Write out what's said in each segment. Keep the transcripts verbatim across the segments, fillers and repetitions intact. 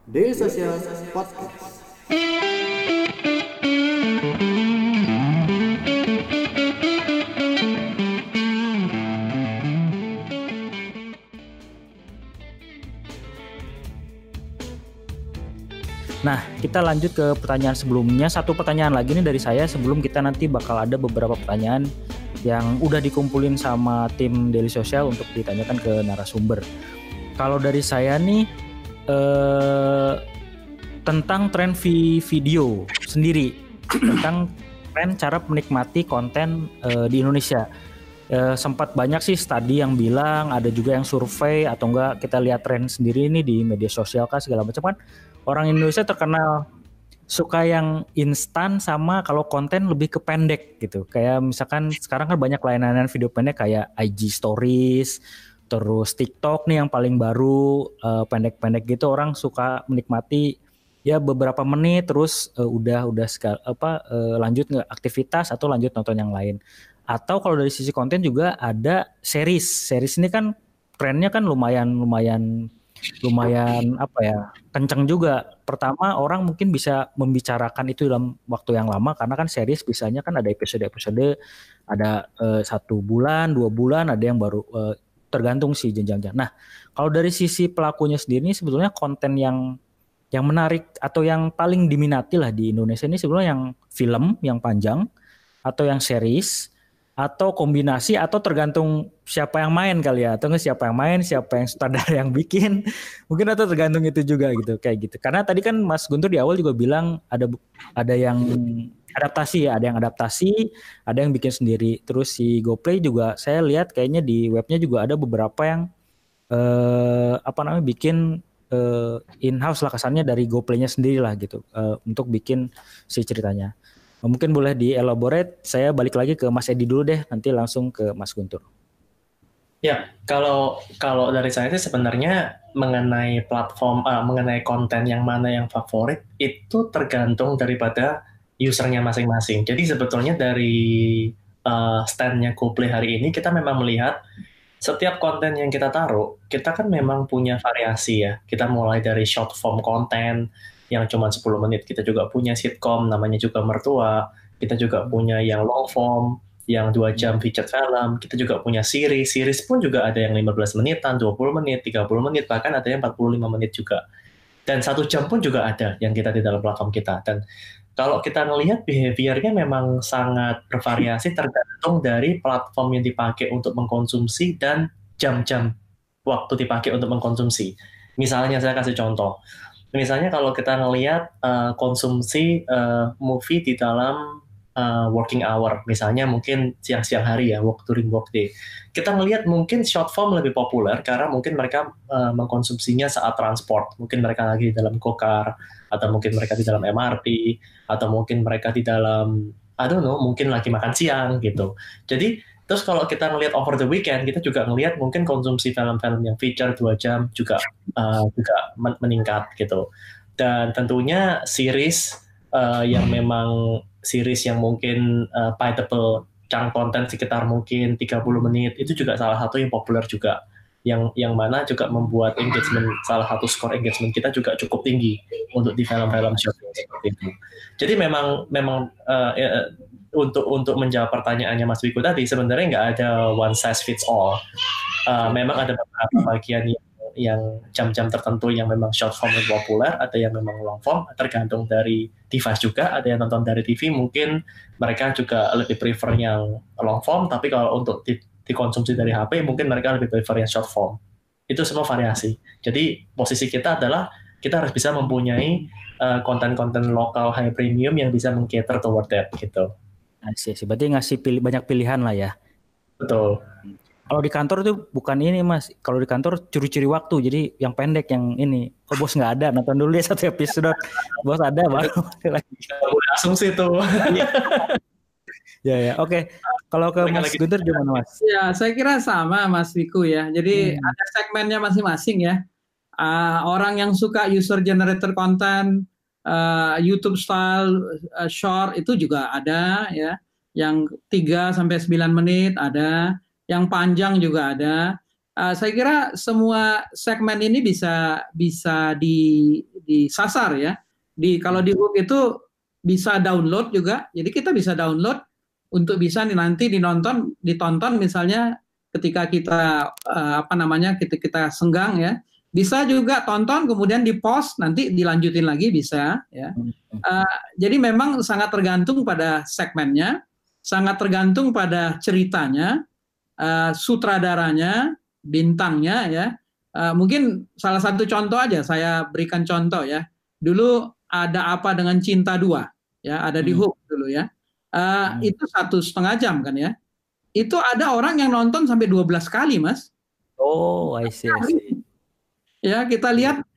Daily Social Podcast. Nah, kita lanjut ke pertanyaan sebelumnya. Satu pertanyaan lagi nih dari saya sebelum kita nanti bakal ada beberapa pertanyaan yang udah dikumpulin sama tim Daily Social untuk ditanyakan ke narasumber. Kalau dari saya nih eh, tentang tren video sendiri, tentang tren cara menikmati konten eh, di Indonesia. Eh, sempat banyak sih studi yang bilang, ada juga yang survei atau enggak kita lihat tren sendiri nih di media sosial kan segala macam kan. Orang Indonesia terkenal suka yang instan sama kalau konten lebih ke pendek gitu. Kayak misalkan sekarang kan banyak layanan video pendek kayak I G Stories, terus TikTok nih yang paling baru uh, pendek-pendek gitu orang suka menikmati ya beberapa menit terus uh, udah udah sekal, apa uh, lanjut nggak aktivitas atau lanjut nonton yang lain. Atau kalau dari sisi konten juga ada series. Series ini kan trennya kan lumayan lumayan lumayan apa ya kenceng juga. Pertama orang mungkin bisa membicarakan itu dalam waktu yang lama karena kan series biasanya kan ada episode-episode ada eh, satu bulan dua bulan ada yang baru eh, tergantung sih jenjangnya. Nah kalau dari sisi pelakunya sendiri ini sebetulnya konten yang yang menarik atau yang paling diminati lah di Indonesia ini sebetulnya yang film yang panjang atau yang series atau kombinasi atau tergantung siapa yang main kali ya atau nggak siapa yang main siapa yang sutradara yang bikin mungkin atau tergantung itu juga gitu kayak gitu karena tadi kan Mas Guntur di awal juga bilang ada ada yang adaptasi ya ada yang adaptasi ada yang bikin sendiri terus si GoPlay juga saya lihat kayaknya di webnya juga ada beberapa yang eh, apa namanya bikin eh, in-house lah kesannya dari GoPlay-nya sendiri lah gitu eh, untuk bikin si ceritanya. Mungkin boleh di-elaborate, saya balik lagi ke Mas Edi dulu deh, nanti langsung ke Mas Guntur. Ya, kalau kalau dari saya sih sebenarnya mengenai platform, uh, mengenai konten yang mana yang favorit, itu tergantung daripada usernya masing-masing. Jadi sebetulnya dari uh, stand-nya GoPlay hari ini, kita memang melihat setiap konten yang kita taruh, kita kan memang punya variasi ya. Kita mulai dari short form konten, yang cuma sepuluh menit. Kita juga punya sitcom, namanya juga Mertua. Kita juga punya yang long form, yang dua jam feature film. Kita juga punya series. Series pun juga ada yang lima belas menitan, dua puluh menit, tiga puluh menit, bahkan ada yang empat puluh lima menit juga. Dan satu jam pun juga ada yang kita di dalam platform kita. Dan kalau kita melihat behavior-nya memang sangat bervariasi tergantung dari platform yang dipakai untuk mengkonsumsi dan jam-jam waktu dipakai untuk mengkonsumsi. Misalnya saya kasih contoh. Misalnya kalau kita ngelihat uh, konsumsi uh, movie di dalam uh, working hour, misalnya mungkin siang-siang hari ya, work during workday. Kita ngelihat mungkin short form lebih populer karena mungkin mereka uh, mengkonsumsinya saat transport. Mungkin mereka lagi di dalam go-kart, atau mungkin mereka di dalam M R T, atau mungkin mereka di dalam, I don't know, mungkin lagi makan siang gitu. Jadi terus kalau kita ngelihat over the weekend, kita juga ngelihat mungkin konsumsi film-film yang feature dua jam juga uh, juga meningkat gitu. Dan tentunya series uh, yang memang series yang mungkin uh, biteable chunk konten sekitar mungkin tiga puluh menit itu juga salah satu yang populer juga. Yang yang mana juga membuat engagement, salah satu skor engagement kita juga cukup tinggi untuk di film-film short seperti itu. Jadi memang memang uh, uh, untuk untuk menjawab pertanyaannya Mas Wiku tadi sebenarnya nggak ada one size fits all. Uh, memang ada beberapa bagian yang, yang jam-jam tertentu yang memang short form lebih populer, ada yang memang long form, tergantung dari device juga. Ada yang nonton dari T V mungkin mereka juga lebih prefer yang long form, tapi kalau untuk di, dikonsumsi dari H P mungkin mereka lebih prefer yang short form. Itu semua variasi. Jadi posisi kita adalah kita harus bisa mempunyai uh, konten-konten lokal high premium yang bisa meng-cater toward that gitu. Sih, berarti ngasih pilih, banyak pilihan lah ya. Betul. Kalau di kantor tuh bukan ini Mas. Kalau di kantor curi-curi waktu. Jadi yang pendek yang ini. Oh bos nggak ada. Nonton dulu ya satu episode. Bos ada baru lagi. Udah asumsi tuh. Ya ya. Oke. Okay. Kalau ke Mas Guntur gimana Mas? Ya saya kira sama Mas Wiku ya. Jadi hmm. ada segmennya masing-masing ya. Uh, orang yang suka user generator content, uh, YouTube style uh, short itu juga ada ya. Yang tiga sampai sembilan menit ada, yang panjang juga ada. uh, saya kira semua segmen ini bisa bisa di, disasar ya. Di kalau di Hook itu bisa download juga, jadi kita bisa download untuk bisa nanti dinonton, ditonton misalnya ketika kita uh, apa namanya kita kita senggang ya. Bisa juga tonton kemudian di post nanti dilanjutin lagi bisa ya. Uh, jadi memang sangat tergantung pada segmennya, sangat tergantung pada ceritanya, uh, sutradaranya, bintangnya ya. Uh, mungkin salah satu contoh aja saya berikan contoh ya. Dulu ada Apa Dengan Cinta dua ya, ada di Hook dulu ya. Uh, hmm. Itu satu setengah jam kan ya. Itu ada orang yang nonton sampai dua belas kali Mas. Oh, I see, I see. Ya, kita lihat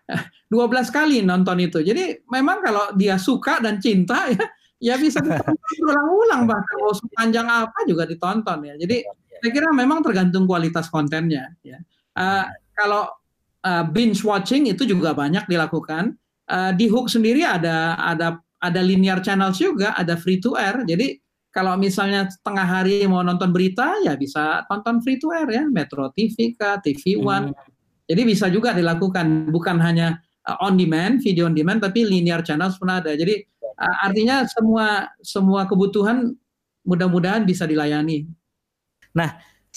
dua belas kali nonton itu. Jadi memang kalau dia suka dan cinta ya, ya bisa ditonton berulang-ulang, bahkan mau sepanjang apa juga ditonton ya. Jadi saya kira memang tergantung kualitas kontennya ya. Uh, kalau uh, binge watching itu juga banyak dilakukan. Uh, di Hook sendiri ada ada ada linear channels juga, ada free to air. Jadi kalau misalnya tengah hari mau nonton berita ya bisa tonton free to air ya, Metro T V kah, T V One. Hmm. Jadi bisa juga dilakukan, bukan hanya on demand, video on demand, tapi linear channels pun ada. Jadi uh, artinya semua semua kebutuhan mudah-mudahan bisa dilayani. Nah,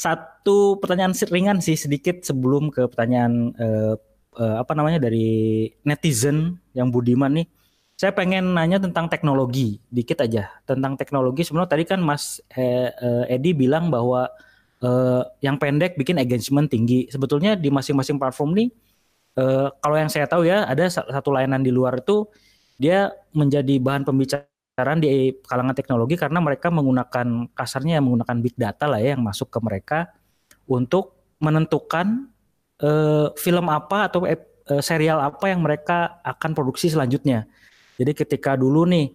satu pertanyaan ringan sih sedikit sebelum ke pertanyaan uh, uh, apa namanya dari netizen yang budiman nih. Saya pengen nanya tentang teknologi, dikit aja tentang teknologi. Sebenarnya tadi kan Mas eh, eh, Edi bilang bahwa Uh, yang pendek bikin engagement tinggi. Sebetulnya di masing-masing platform nih, uh, kalau yang saya tahu ya, ada satu layanan di luar itu dia menjadi bahan pembicaraan di kalangan teknologi karena mereka menggunakan kasarnya menggunakan big data lah ya yang masuk ke mereka untuk menentukan uh, film apa atau uh, serial apa yang mereka akan produksi selanjutnya. Jadi ketika dulu nih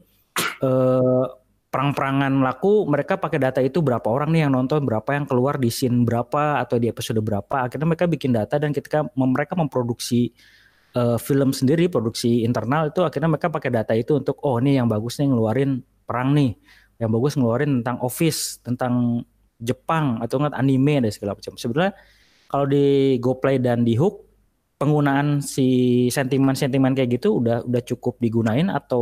uh, perang-perangan laku, mereka pakai data itu berapa orang nih yang nonton, berapa yang keluar di scene berapa atau di episode berapa. Akhirnya mereka bikin data dan ketika mereka memproduksi uh, film sendiri, produksi internal itu akhirnya mereka pakai data itu untuk oh ini yang bagus nih ngeluarin perang nih, yang bagus ngeluarin tentang Office, tentang Jepang atau nggak anime dan segala macam. Sebenarnya kalau di GoPlay dan di Hook penggunaan si sentimen-sentimen kayak gitu udah udah cukup digunain atau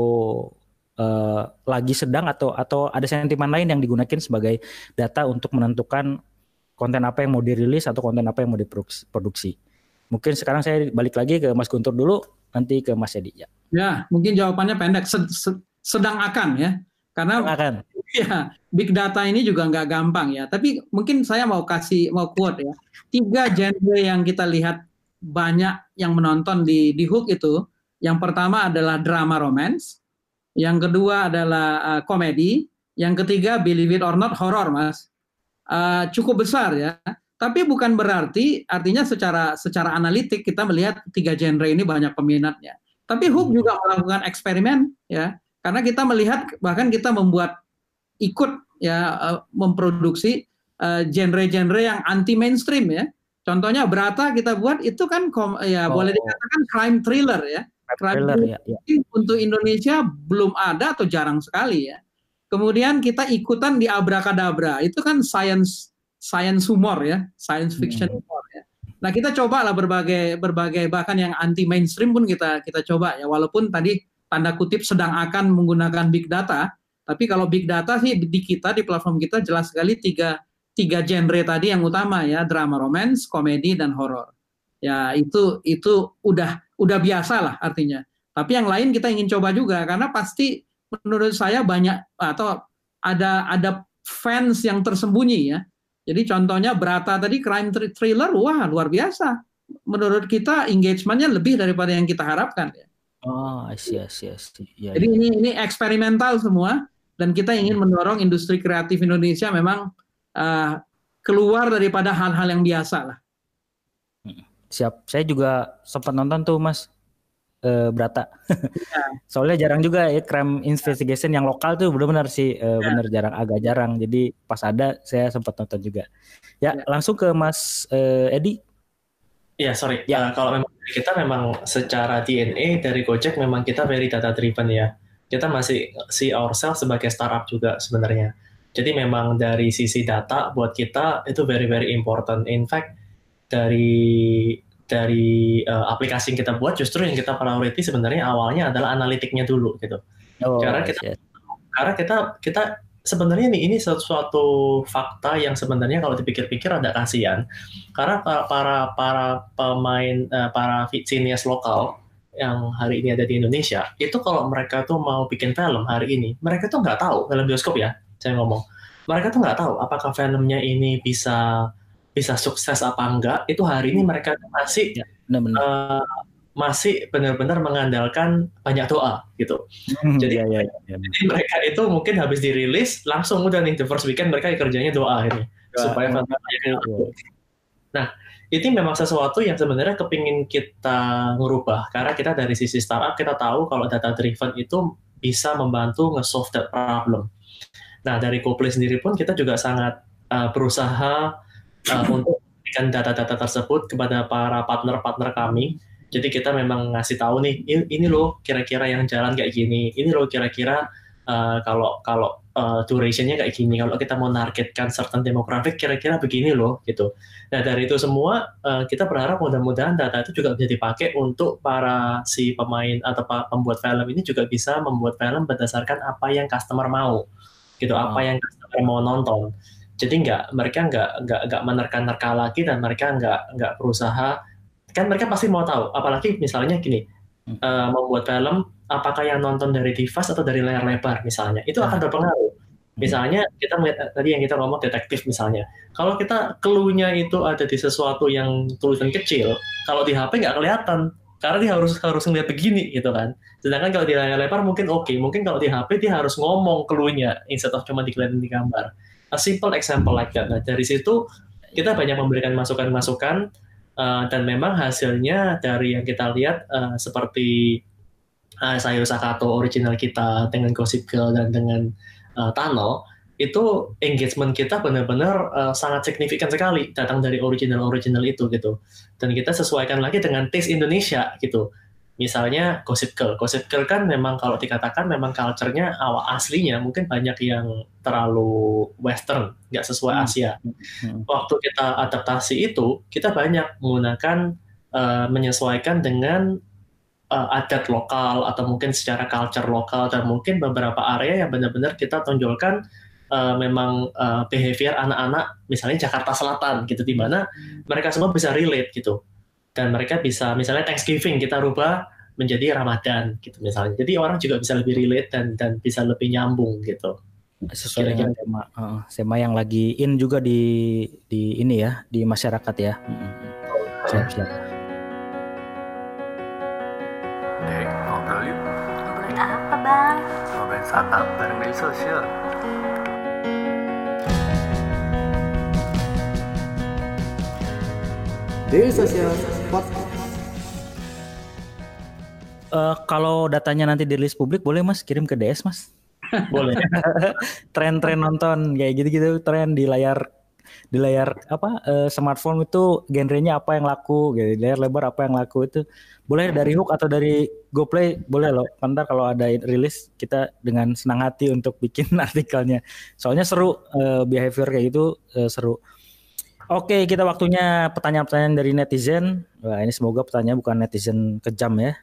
Uh, lagi sedang atau atau ada sentimen lain yang digunakan sebagai data untuk menentukan konten apa yang mau dirilis atau konten apa yang mau diproduksi. Mungkin sekarang saya balik lagi ke Mas Guntur dulu, nanti ke Mas Edi ya. Ya, mungkin jawabannya pendek, sedang akan ya, karena akan. Ya, big data ini juga nggak gampang ya. Tapi mungkin saya mau kasih mau quote ya, tiga genre yang kita lihat banyak yang menonton di di Hook itu, yang pertama adalah drama romance. Yang kedua adalah uh, komedi, yang ketiga believe it or not horror Mas, uh, cukup besar ya. Tapi bukan berarti artinya secara secara analitik kita melihat tiga genre ini banyak peminatnya. Tapi Hook juga melakukan eksperimen ya, karena kita melihat bahkan kita membuat ikut ya uh, memproduksi uh, genre-genre yang anti mainstream ya. Contohnya Brata kita buat itu kan kom, ya oh. boleh dikatakan crime thriller ya. Thriller, ya, ya. Untuk Indonesia belum ada atau jarang sekali ya. Kemudian kita ikutan di Abrakadabra, itu kan science science humor ya, science fiction hmm. humor ya. Nah kita coba lah berbagai berbagai bahkan yang anti mainstream pun kita kita coba ya. Walaupun tadi tanda kutip sedang akan menggunakan big data, tapi kalau big data sih di kita di platform kita jelas sekali tiga tiga genre tadi yang utama ya, drama romance, komedi dan horor. Ya itu itu udah udah biasa lah artinya. Tapi yang lain kita ingin coba juga karena pasti menurut saya banyak atau ada ada fans yang tersembunyi ya. Jadi contohnya Brata tadi crime thriller, wah luar biasa. Menurut kita engagementnya lebih daripada yang kita harapkan ya. Oh, I see, I see, I see. Ya, Jadi ya. ini ini eksperimental semua dan kita ingin mendorong industri kreatif Indonesia memang uh, keluar daripada hal-hal yang biasa lah. Siap, saya juga sempat nonton tuh Mas uh, Brata. Ya. Soalnya jarang juga ya crime investigation yang lokal tuh benar-benar sih uh, ya. benar jarang, agak jarang. Jadi pas ada saya sempat nonton juga. Ya, ya. Langsung ke Mas uh, Edi. Ya sorry, ya. Uh, kalau memang kita memang secara D N A dari Gojek memang kita very data driven ya. Kita masih see ourselves sebagai startup juga sebenarnya. Jadi memang dari sisi data buat kita itu very very important. In fact dari dari uh, aplikasi yang kita buat, justru yang kita priority sebenarnya awalnya adalah analitiknya dulu gitu. Oh, karena kita yes. karena kita kita sebenarnya nih ini sesuatu fakta yang sebenarnya kalau dipikir-pikir ada kasihan, karena para para, para pemain uh, para sinias lokal yang hari ini ada di Indonesia itu kalau mereka tuh mau bikin film hari ini, mereka tuh nggak tahu film bioskop ya, saya ngomong, mereka tuh nggak tahu apakah filmnya ini bisa bisa sukses apa enggak. Itu hari ini mereka masih ya, benar-benar. Uh, masih benar-benar mengandalkan banyak doa gitu. Hmm, jadi, ya, ya, ya. jadi mereka itu mungkin habis dirilis langsung udah nih the first weekend mereka kerjanya doa ini doa, supaya filmnya ya. Nah ini memang sesuatu yang sebenarnya kepingin kita ngerubah, karena kita dari sisi startup kita tahu kalau data driven itu bisa membantu nge-solve that problem. Nah dari GoPlay sendiri pun kita juga sangat uh, berusaha uh, untuk memberikan data-data tersebut kepada para partner-partner kami. Jadi kita memang ngasih tahu nih, ini, ini loh kira-kira yang jalan kayak gini, ini loh kira-kira uh, kalau kalau uh, durationnya kayak gini, kalau kita mau nargetkan certain demographic kira-kira begini loh gitu. Nah dari itu semua uh, kita berharap mudah-mudahan data itu juga bisa dipakai untuk para si pemain atau pembuat film ini juga bisa membuat film berdasarkan apa yang customer mau, gitu, oh. apa yang customer mau nonton. Jadi nggak mereka nggak nggak nggak menerka-nerka lagi dan mereka nggak nggak berusaha. Kan mereka pasti mau tahu, apalagi misalnya gini, hmm. uh, membuat film, apakah yang nonton dari device atau dari layar lebar misalnya, itu akan berpengaruh. Misalnya kita melihat tadi yang kita ngomong detektif misalnya, kalau kita clue-nya itu ada di sesuatu yang tulisan kecil, kalau di H P nggak kelihatan, karena dia harus harus ngeliat begini gitu kan. Sedangkan kalau di layar lebar mungkin oke, okay. mungkin kalau di H P dia harus ngomong clue-nya instead of cuma dikelihatin di gambar. A simple example like that. Nah dari situ kita banyak memberikan masukan-masukan. Uh, dan memang hasilnya dari yang kita lihat uh, seperti uh, Sayur Sakato original kita dengan Gossip Girl dan dengan uh, Tunnel, itu engagement kita benar-benar uh, sangat signifikan sekali datang dari original-original itu gitu. Dan kita sesuaikan lagi dengan taste Indonesia gitu. Misalnya Gossip Girl, Gossip Girl kan memang kalau dikatakan memang culture-nya awal aslinya mungkin banyak yang terlalu western, nggak sesuai Asia. Hmm. Waktu kita adaptasi itu, kita banyak menggunakan uh, menyesuaikan dengan uh, adat lokal atau mungkin secara culture lokal, dan mungkin beberapa area yang benar-benar kita tonjolkan uh, memang uh, behavior anak-anak, misalnya Jakarta Selatan gitu, di mana mereka semua bisa relate gitu. Dan mereka bisa, misalnya Thanksgiving kita rubah menjadi Ramadan gitu misalnya. Jadi orang juga bisa lebih relate dan dan bisa lebih nyambung gitu. Sesuai dengan tema, uh, tema yang lagi in juga di di ini ya, di masyarakat ya. Siap-siap. Dek, ngobrol yuk. Ngobrolin apa, Bang? Ngobrolin startup bareng Daily Social. Daily Social Podcast. Uh, kalau datanya nanti dirilis publik, boleh Mas kirim ke D S Mas? Boleh. Tren-tren nonton kayak gitu-gitu, tren di layar di layar apa uh, smartphone itu genrenya apa yang laku, gitu. Layar lebar apa yang laku itu. Boleh dari Hook atau dari GoPlay, boleh loh. Ntar kalau ada rilis kita dengan senang hati untuk bikin artikelnya. Soalnya seru, uh, behavior kayak gitu uh, seru. Oke, kita waktunya pertanyaan-pertanyaan dari netizen. Wah, ini semoga pertanyaan bukan netizen kejam ya.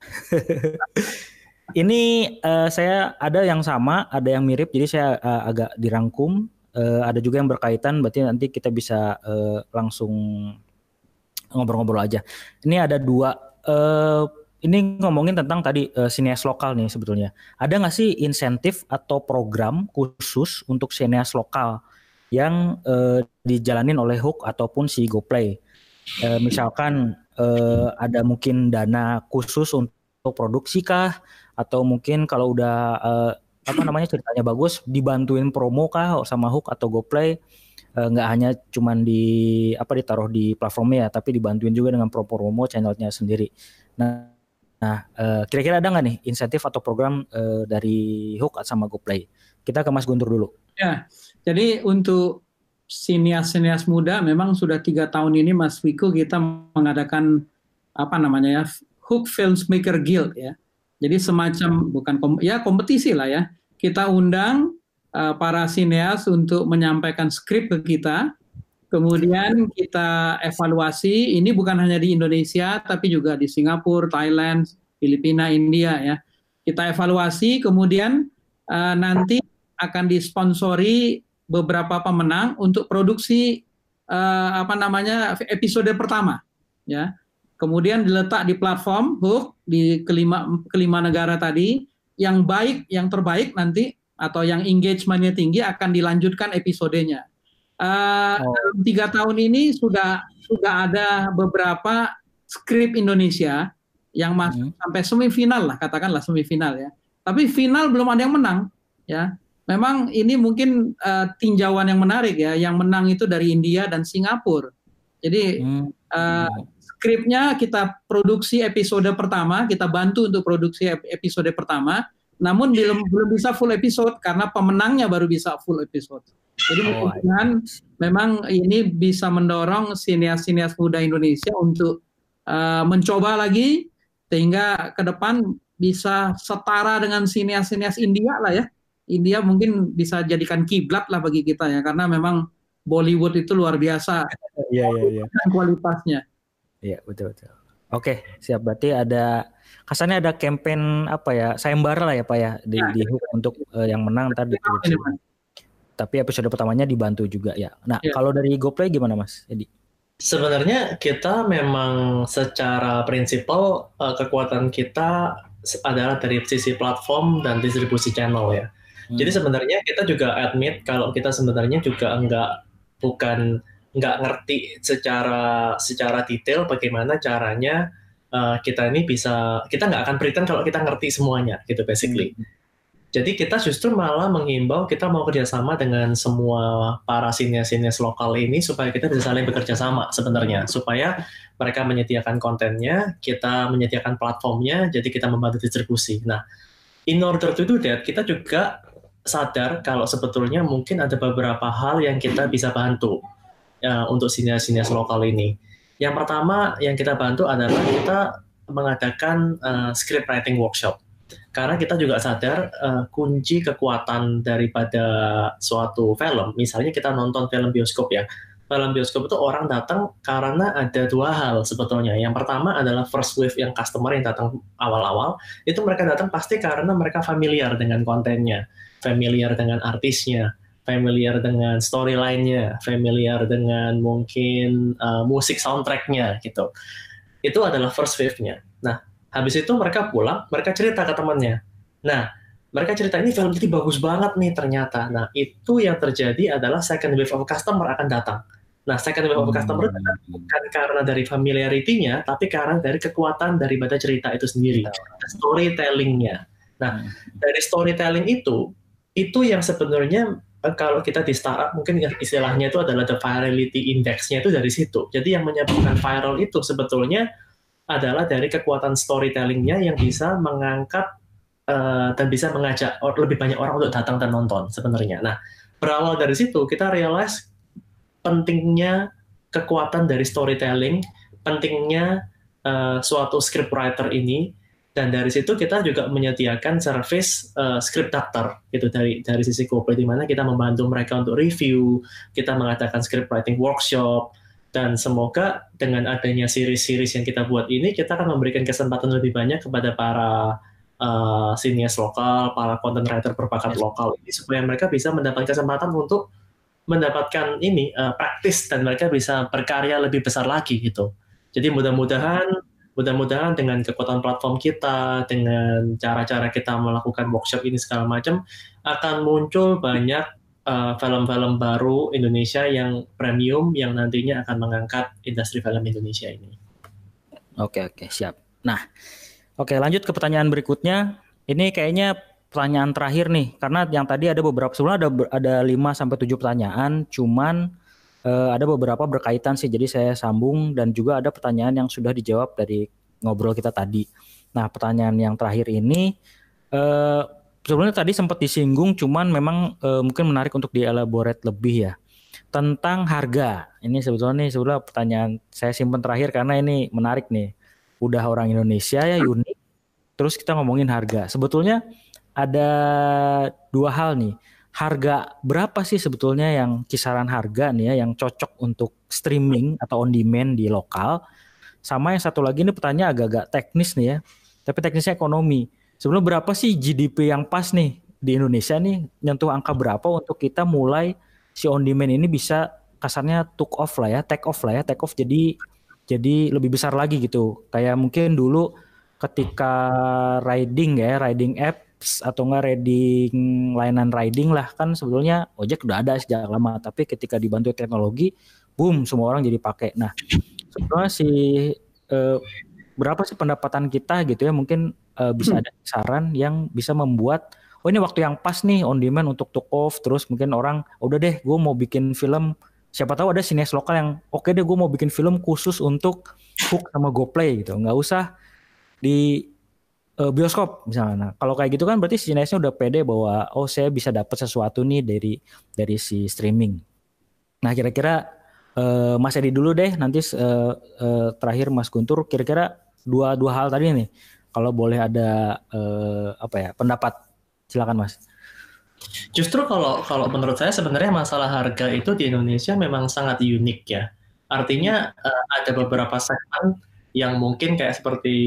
Ini uh, saya ada yang sama, ada yang mirip, jadi saya uh, agak dirangkum. Uh, ada juga yang berkaitan, berarti nanti kita bisa uh, langsung ngobrol-ngobrol aja. Ini ada dua. Uh, ini ngomongin tentang tadi uh, sineas lokal nih sebetulnya. Ada nggak sih insentif atau program khusus untuk sineas lokal yang uh, dijalanin oleh Hook ataupun si GoPlay? Uh, misalkan uh, ada mungkin dana khusus untuk produksi kah, atau mungkin kalau udah uh, apa namanya ceritanya bagus dibantuin promo kah sama Hook atau GoPlay, uh, nggak hanya cuman di apa ditaruh di platformnya ya, tapi dibantuin juga dengan promo-promo channelnya sendiri. Nah, nah uh, kira-kira ada nggak nih insentif atau program uh, dari Hook sama GoPlay? Kita ke Mas Guntur dulu. Ya, jadi untuk sinias-sinias muda memang sudah tiga tahun ini Mas Wiku kita mengadakan apa namanya ya Hook Filmmaker Guild ya. Jadi semacam bukan kom- ya kompetisi lah ya. Kita undang uh, para sineas untuk menyampaikan skrip ke kita Kemudian kita evaluasi, ini bukan hanya di Indonesia, tapi juga di Singapura, Thailand, Filipina, India ya. Kita evaluasi, kemudian uh, nanti akan disponsori beberapa pemenang untuk produksi uh, apa namanya episode pertama, ya. Kemudian diletak di platform Hook di kelima kelima negara tadi, yang baik, yang terbaik nanti atau yang engagementnya tinggi akan dilanjutkan episodenya. Uh, Oh. Dalam tiga tahun ini sudah sudah ada beberapa skrip Indonesia yang masuk Hmm. sampai semifinal lah, katakanlah semifinal ya. Tapi final belum ada yang menang ya. Memang ini mungkin uh, tinjauan yang menarik ya. Yang menang itu dari India dan Singapura. Jadi Hmm. uh, skripnya kita produksi episode pertama, kita bantu untuk produksi ep- episode pertama. Namun belum belum bisa full episode karena pemenangnya baru bisa full episode. Jadi Oh, mudah-mudahan memang ini bisa mendorong sinias-sinias muda Indonesia untuk uh, mencoba lagi sehingga ke depan bisa setara dengan sinias-sinias India lah ya. India mungkin bisa jadikan kiblat lah bagi kita ya, karena memang Bollywood itu luar biasa Iya, iya, iya. kualitasnya. Iya, betul betul. Oke, siap. Berarti ada kesannya ada campaign apa ya? Sayembara lah ya, Pak ya, di, Nah, di Hook untuk eh, yang menang ntar diproduksi. ini, Pak. Tapi episode pertamanya dibantu juga ya. Nah, Iya. kalau dari GoPlay gimana, Mas Edi? Sebenarnya kita memang secara prinsipal uh, kekuatan kita adalah dari sisi platform dan distribusi channel ya. Hmm. Jadi sebenarnya kita juga admit kalau kita sebenarnya juga enggak bukan nggak ngerti secara secara detail bagaimana caranya uh, kita ini bisa, kita nggak akan pretend kalau kita ngerti semuanya gitu basically. Jadi kita justru malah menghimbau kita mau kerjasama dengan semua para sinias-sinias lokal ini supaya kita bisa saling bekerja sama sebenarnya, supaya mereka menyediakan kontennya, kita menyediakan platformnya, jadi kita membantu distribusi. Nah, in order to do that, kita juga sadar kalau sebetulnya mungkin ada beberapa hal yang kita bisa bantu ya, untuk sinias-sinias lokal ini. Yang pertama yang kita bantu adalah kita mengadakan uh, script writing workshop. Karena kita juga sadar uh, kunci kekuatan daripada suatu film, misalnya kita nonton film bioskop ya, film bioskop itu orang datang karena ada dua hal sebetulnya. Yang pertama adalah first wave yang customer yang datang awal-awal, itu mereka datang pasti karena mereka familiar dengan kontennya, familiar dengan artisnya, familiar dengan storyline-nya, familiar dengan mungkin uh, musik soundtrack-nya gitu. Itu adalah first wave-nya. Nah, habis itu mereka pulang, mereka cerita ke temannya. Nah, mereka cerita ini film ini bagus banget nih ternyata. Nah, itu yang terjadi adalah second wave of customer akan datang. Nah, second wave of customer datang bukan karena dari familiarity-nya, tapi karena dari kekuatan daripada cerita itu sendiri, storytelling-nya. Nah, dari storytelling itu, itu yang sebenarnya kalau kita di startup mungkin istilahnya itu adalah the virality index-nya itu dari situ. Jadi yang menyebabkan viral itu sebetulnya adalah dari kekuatan storytelling-nya yang bisa mengangkat uh, dan bisa mengajak lebih banyak orang untuk datang dan nonton sebenarnya. Nah, berawal dari situ kita realize pentingnya kekuatan dari storytelling, pentingnya uh, suatu scriptwriter ini, dan dari situ kita juga menyediakan service uh, script doctor gitu dari dari sisi GoPlay, di mana kita membantu mereka untuk review, kita mengadakan script writing workshop. Dan semoga dengan adanya series-series yang kita buat ini, kita akan memberikan kesempatan lebih banyak kepada para uh, sinias lokal, para content writer berbakat yes. lokal ini, supaya mereka bisa mendapatkan kesempatan untuk mendapatkan ini uh, praktis dan mereka bisa berkarya lebih besar lagi gitu. Jadi mudah-mudahan, mudah-mudahan dengan kekuatan platform kita, dengan cara-cara kita melakukan workshop ini segala macam, akan muncul banyak Uh, film-film baru Indonesia yang premium yang nantinya akan mengangkat industri film Indonesia ini. Oke oke siap. Nah, oke lanjut ke pertanyaan berikutnya. Ini kayaknya pertanyaan terakhir nih, karena yang tadi ada beberapa, sebelumnya ada ada lima sampai tujuh pertanyaan, cuman uh, ada beberapa berkaitan sih, jadi saya sambung, dan juga ada pertanyaan yang sudah dijawab dari ngobrol kita tadi. Nah, pertanyaan yang terakhir ini uh, sebenarnya tadi sempat disinggung, cuman memang e, mungkin menarik untuk dielaborate lebih ya tentang harga. Ini sebetulnya nih sebetulnya pertanyaan saya simpen terakhir karena ini menarik nih. Udah orang Indonesia ya, unik. Terus kita ngomongin harga. Sebetulnya ada dua hal nih. harga berapa sih sebetulnya yang kisaran harga nih ya yang cocok untuk streaming atau on demand di lokal. Sama yang satu lagi ini pertanyaan agak-agak teknis nih ya, tapi teknisnya ekonomi. Sebenarnya berapa sih G D P yang pas nih di Indonesia nih, nyentuh angka berapa untuk kita mulai si on demand ini bisa kasarnya took off lah ya, take off lah ya, take off jadi jadi lebih besar lagi gitu. Kayak mungkin dulu ketika riding ya, riding apps atau enggak riding layanan riding lah kan sebetulnya ojek udah ada sejak lama, tapi ketika dibantu teknologi, boom semua orang jadi pakai. Nah, sebetulnya si eh, berapa sih pendapatan kita gitu ya, mungkin eh, bisa ada saran yang bisa membuat oh ini waktu yang pas nih on demand untuk took off, terus mungkin orang oh, udah deh gue mau bikin film, siapa tahu ada sineas lokal yang oke deh gue mau bikin film khusus untuk Hook sama GoPlay gitu, nggak usah di uh, bioskop misalnya. Nah, kalau kayak gitu kan berarti sineasnya udah pede bahwa oh saya bisa dapat sesuatu nih dari dari si streaming. Nah kira-kira uh, Mas Edi dulu deh, nanti uh, uh, terakhir Mas Guntur, kira-kira dua dua hal tadi nih kalau boleh ada uh, apa ya pendapat, silakan Mas. Justru kalau kalau menurut saya sebenarnya masalah harga itu di Indonesia memang sangat unik ya. Artinya uh, ada beberapa segmen yang mungkin kayak seperti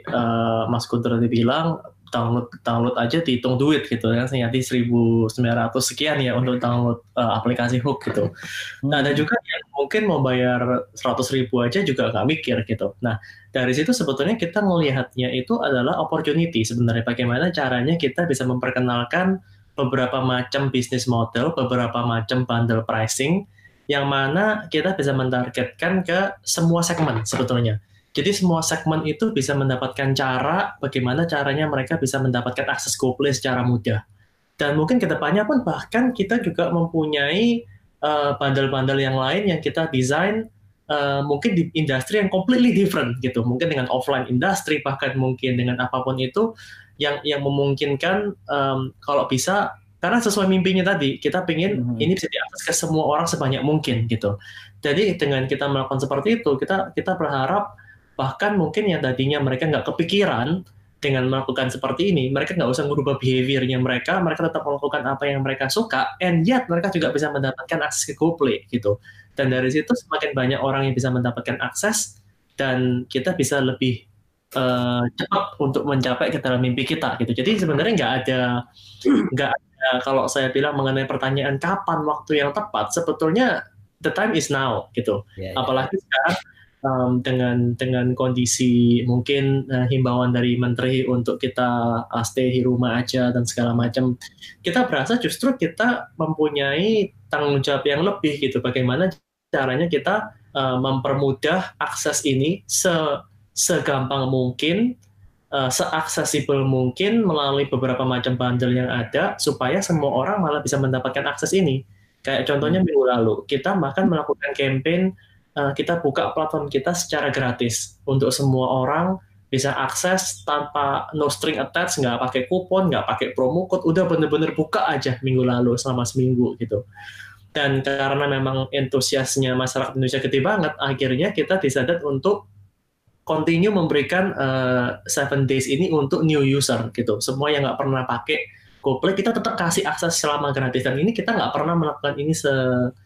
uh, Mas Guntur tadi bilang, download download aja dihitung duit gitu ya, nanti seribu sembilan ratus sekian ya untuk download uh, aplikasi Hook gitu. Nah ada juga yang mungkin mau bayar seratus ribu aja juga nggak mikir gitu. Nah dari situ sebetulnya kita melihatnya itu adalah opportunity sebenarnya, bagaimana caranya kita bisa memperkenalkan beberapa macam bisnis model, beberapa macam bundle pricing, yang mana kita bisa mentargetkan ke semua segmen sebetulnya. Jadi semua segmen itu bisa mendapatkan cara bagaimana caranya mereka bisa mendapatkan akses GoPlay secara mudah. Dan mungkin ke depannya pun bahkan kita juga mempunyai uh, bundle-bundle yang lain yang kita desain uh, mungkin di industri yang completely different gitu. Mungkin dengan offline industry, bahkan mungkin dengan apapun itu yang yang memungkinkan um, kalau bisa, karena sesuai mimpinya tadi, kita pengen mm-hmm. ini bisa diakses ke semua orang sebanyak mungkin gitu. Jadi dengan kita melakukan seperti itu, kita kita berharap bahkan mungkin yang tadinya mereka nggak kepikiran dengan melakukan seperti ini, mereka nggak usah merubah behavior-nya mereka, mereka tetap melakukan apa yang mereka suka, and yet mereka juga bisa mendapatkan akses ke GoPlay gitu. Dan dari situ semakin banyak orang yang bisa mendapatkan akses, dan kita bisa lebih uh, cepat untuk mencapai ke dalam mimpi kita gitu. Jadi sebenarnya nggak ada, nggak ada kalau saya bilang mengenai pertanyaan kapan waktu yang tepat, sebetulnya the time is now gitu. Yeah, yeah. Apalagi sekarang Um, dengan dengan kondisi mungkin uh, himbauan dari menteri untuk kita uh, stay di rumah aja dan segala macam, kita berasa justru kita mempunyai tanggung jawab yang lebih gitu. Bagaimana caranya kita uh, mempermudah akses ini se segampang mungkin, uh, seaksesibel mungkin melalui beberapa macam bundle yang ada, supaya semua orang malah bisa mendapatkan akses ini. Kayak contohnya minggu lalu kita bahkan melakukan campaign, kita buka platform kita secara gratis untuk semua orang bisa akses tanpa no string attached, nggak pakai kupon, nggak pakai promo code, udah bener-bener buka aja minggu lalu selama seminggu gitu. Dan karena memang entusiasnya masyarakat Indonesia gede banget, akhirnya kita decided untuk continue memberikan uh, seven days ini untuk new user gitu. Semua yang nggak pernah pakai GoPlay kita tetap kasih akses selama gratis, dan ini kita nggak pernah melakukan ini se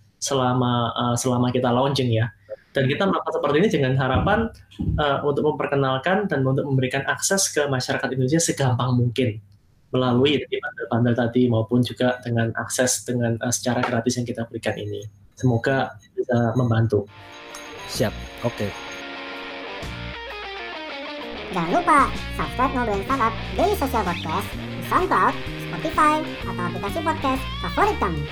selama uh, selama kita launching ya. Dan kita melakukan seperti ini dengan harapan uh, untuk memperkenalkan dan untuk memberikan akses ke masyarakat Indonesia segampang mungkin melalui bundle-bundle tadi maupun juga dengan akses dengan uh, secara gratis yang kita berikan ini. Semoga bisa membantu. Siap, oke. Okay. Jangan lupa subscribe Ngobrolin Startup Daily Social Podcast di SoundCloud, Spotify, atau aplikasi podcast favorit kamu.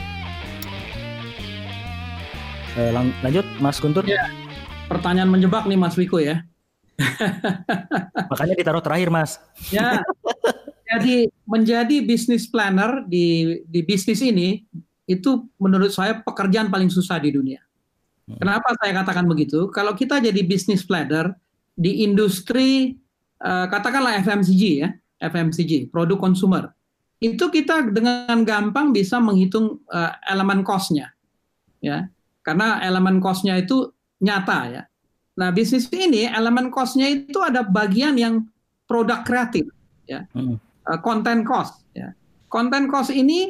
Eh, lang- lanjut Mas Guntur. Ya, pertanyaan menjebak nih Mas Wiko ya. Makanya ditaruh terakhir Mas. Ya, jadi menjadi business planner di di bisnis ini itu menurut saya pekerjaan paling susah di dunia. Hmm. Kenapa saya katakan begitu? Kalau kita jadi business planner di industri uh, katakanlah F M C G ya, F M C G, produk konsumer, itu kita dengan gampang bisa menghitung uh, elemen cost-nya, ya. Karena elemen cost-nya itu nyata ya. Nah bisnis ini elemen cost-nya itu ada bagian yang produk kreatif ya, hmm. uh, content cost ya. Content cost ini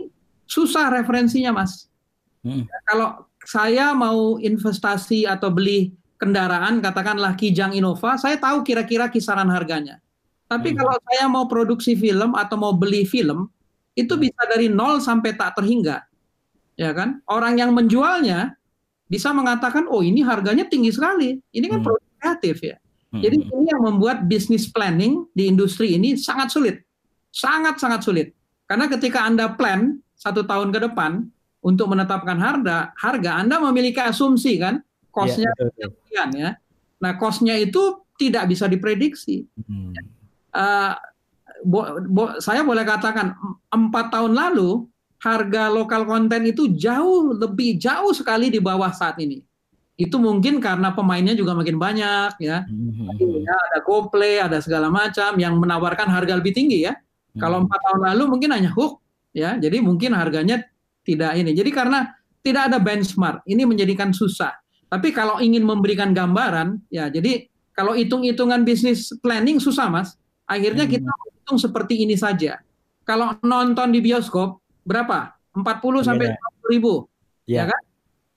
susah referensinya, Mas. Hmm. Kalau saya mau investasi atau beli kendaraan, katakanlah Kijang Innova, saya tahu kira-kira kisaran harganya. Tapi Hmm. kalau saya mau produksi film atau mau beli film, itu bisa dari nol sampai tak terhingga. Ya kan? Orang yang menjualnya bisa mengatakan, oh ini harganya tinggi sekali. Ini kan Hmm. produk kreatif ya. Hmm. Jadi ini yang membuat business planning di industri ini sangat sulit. Sangat-sangat sulit. Karena ketika Anda plan satu tahun ke depan untuk menetapkan harga, harga Anda memiliki asumsi kan, cost-nya Iya, betul, betul. sekian ya. Nah, cost-nya itu tidak bisa diprediksi. Hmm. Uh, bo- bo- saya boleh katakan empat tahun lalu harga lokal konten itu jauh lebih jauh sekali di bawah saat ini. Itu mungkin karena pemainnya juga makin banyak ya. Hmm. Ya, ada GoPlay, ada segala macam yang menawarkan harga lebih tinggi ya. Hmm. Kalau empat tahun lalu mungkin hanya hook ya, jadi mungkin harganya tidak ini. Jadi karena tidak ada benchmark, ini menjadikan susah. Tapi kalau ingin memberikan gambaran, ya jadi kalau hitung-hitungan bisnis planning susah Mas. Akhirnya Hmm. kita hitung seperti ini saja. Kalau nonton di bioskop berapa? empat puluh sampai lima puluh ribu, Ya. ya kan?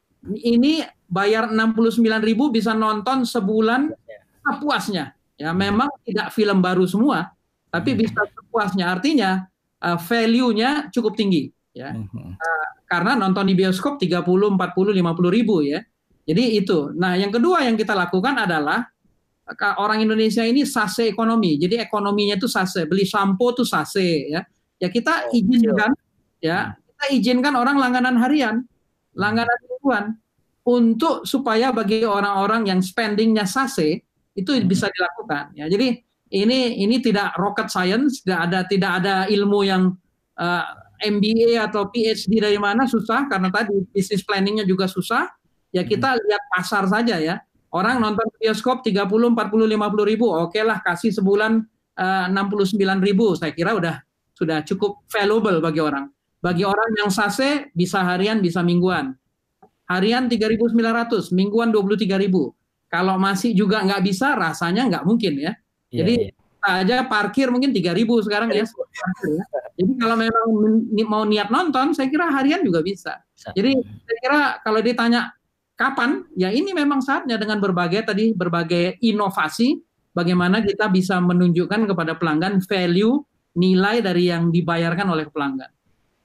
Ini bayar enam puluh sembilan ribu bisa nonton sebulan sepuasnya. Ya memang tidak film baru semua, tapi bisa sepuasnya. Artinya uh, value-nya cukup tinggi. Ya. Hmm. Uh, karena nonton di bioskop tiga puluh, empat puluh, lima puluh ribu ya. Jadi itu. Nah yang kedua yang kita lakukan adalah orang Indonesia ini sase ekonomi. Jadi ekonominya itu sase. Beli sampo tuh sase ya. Ya kita Oh, izinkan ya, kita izinkan orang langganan harian, langganan mingguan untuk supaya bagi orang-orang yang spendingnya sase itu bisa dilakukan ya. Jadi ini ini tidak rocket science, tidak ada tidak ada ilmu yang uh, M B A atau P H D dari mana, susah karena tadi business planningnya juga susah. Ya kita lihat pasar saja ya. Orang nonton bioskop tiga puluh, empat puluh, lima puluh ribu, oke lah kasih sebulan uh, enam puluh sembilan ribu, saya kira udah sudah cukup valuable bagi orang. Bagi orang yang sase bisa harian, bisa mingguan. Harian tiga ribu sembilan ratus, mingguan dua puluh tiga ribu. Kalau masih juga nggak bisa, rasanya nggak mungkin ya. Iya, Jadi iya. aja parkir mungkin tiga ribu sekarang ya. Jadi kalau memang mau niat nonton, saya kira harian juga bisa. Jadi saya kira kalau ditanya kapan? Ya ini memang saatnya dengan berbagai tadi berbagai inovasi, bagaimana kita bisa menunjukkan kepada pelanggan value, nilai dari yang dibayarkan oleh pelanggan.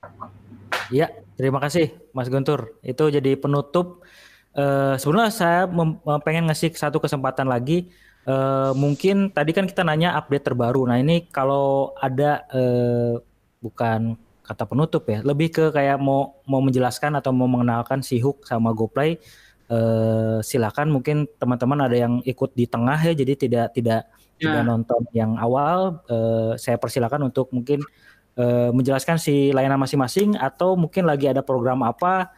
Iya, terima kasih Mas Guntur. Itu jadi penutup. Uh, sebenarnya saya mem- pengen ngasih satu kesempatan lagi. Uh, mungkin tadi kan kita nanya update terbaru. Nah ini kalau ada uh, bukan kata penutup ya, lebih ke kayak mau mau menjelaskan atau mau mengenalkan si Hook sama GoPlay. Uh, silakan, mungkin teman-teman ada yang ikut di tengah ya, jadi tidak tidak ya. tidak nonton yang awal. Uh, saya persilakan untuk mungkin uh, menjelaskan si layanan masing-masing, atau mungkin lagi ada program apa,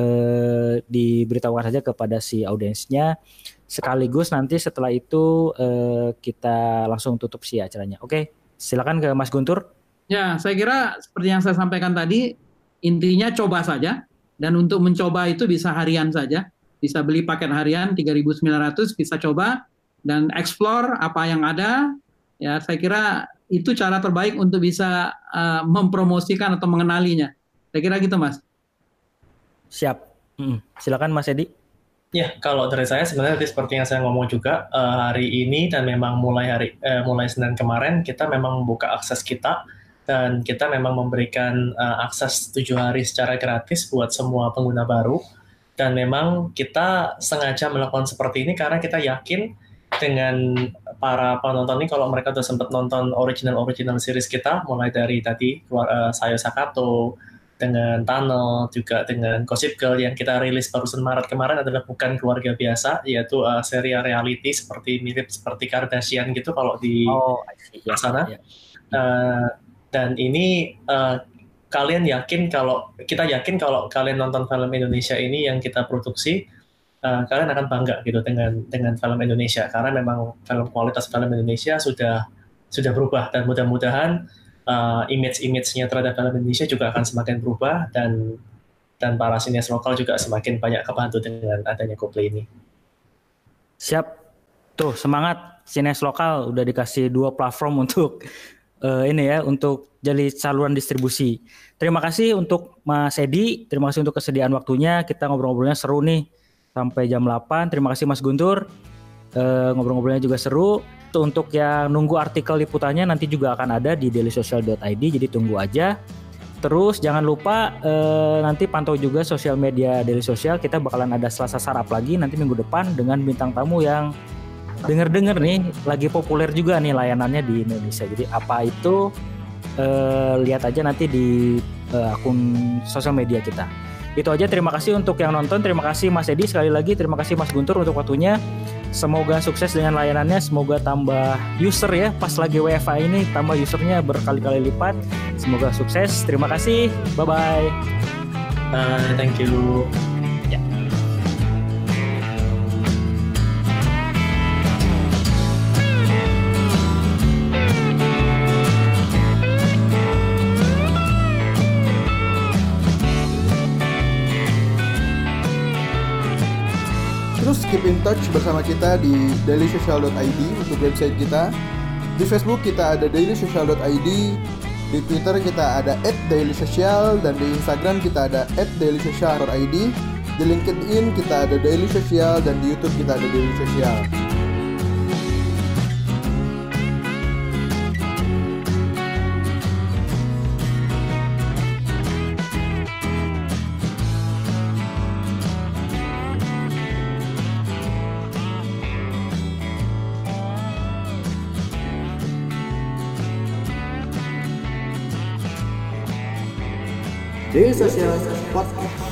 uh, diberitahukan saja kepada si audiensnya. Sekaligus nanti setelah itu uh, kita langsung tutup si acaranya. Oke, silakan ke Mas Guntur. Ya, saya kira seperti yang saya sampaikan tadi, intinya coba saja, dan untuk mencoba itu bisa harian saja. Bisa beli paket harian tiga ribu sembilan ratus, bisa coba dan explore apa yang ada. Ya, saya kira itu cara terbaik untuk bisa uh, mempromosikan atau mengenalinya. Saya kira gitu, Mas. Siap. Hmm. Silakan Mas Edi. Ya, kalau dari saya sebenarnya seperti yang saya ngomong juga, uh, hari ini dan memang mulai hari uh, mulai Senin kemarin kita memang membuka akses kita, dan kita memang memberikan uh, akses tujuh hari secara gratis buat semua pengguna baru. Dan memang kita sengaja melakukan seperti ini karena kita yakin dengan para penonton ini, kalau mereka sudah sempat nonton original-original series kita, mulai dari tadi uh, Sayo Sakato, dengan Tunnel, juga dengan Gossip Girl yang kita rilis barusan Maret kemarin adalah bukan keluarga biasa, yaitu uh, serial reality seperti mirip seperti Kardashian gitu kalau di oh, ya, sana. Ya. Uh, dan ini uh, kalian yakin kalau kita yakin kalau kalian nonton film Indonesia ini yang kita produksi, uh, kalian akan bangga gitu dengan dengan film Indonesia, karena memang film kualitas film Indonesia sudah sudah berubah, dan mudah-mudahan uh, image-image-nya terhadap film Indonesia juga akan semakin berubah, dan dan para sinias lokal juga semakin banyak kebantu dengan adanya GoPlay ini. Siap. Tuh, semangat sinias lokal udah dikasih dua platform untuk uh, ini ya untuk jadi saluran distribusi. Terima kasih untuk Mas Edi, terima kasih untuk kesediaan waktunya. Kita ngobrol-ngobrolnya seru nih sampai jam delapan. Terima kasih Mas Guntur. Uh, ngobrol-ngobrolnya juga seru. Untuk yang nunggu artikel liputannya nanti juga akan ada di dailysocial dot i d, jadi tunggu aja. Terus jangan lupa uh, nanti pantau juga sosial media Daily Social. Kita bakalan ada Selasa Sarap lagi nanti minggu depan dengan bintang tamu yang denger-denger nih lagi populer juga nih layanannya di Indonesia. Jadi apa itu uh, lihat aja nanti di uh, akun sosial media kita. Itu aja, terima kasih untuk yang nonton. Terima kasih Mas Edi sekali lagi. Terima kasih Mas Guntur untuk waktunya. Semoga sukses dengan layanannya. Semoga tambah user ya. Pas lagi W F H ini tambah usernya berkali-kali lipat. Semoga sukses. Terima kasih. Bye-bye. Uh, thank you. Ya. Terus keep in touch bersama kita di dailysocial dot i d untuk website kita. Di Facebook kita ada dailysocial dot i d, di Twitter kita ada at dailysocial, dan di Instagram kita ada at dailysocial dot i d. Di LinkedIn kita ada Daily Social, dan di YouTube kita ada Daily Social. Daily Social Podcast.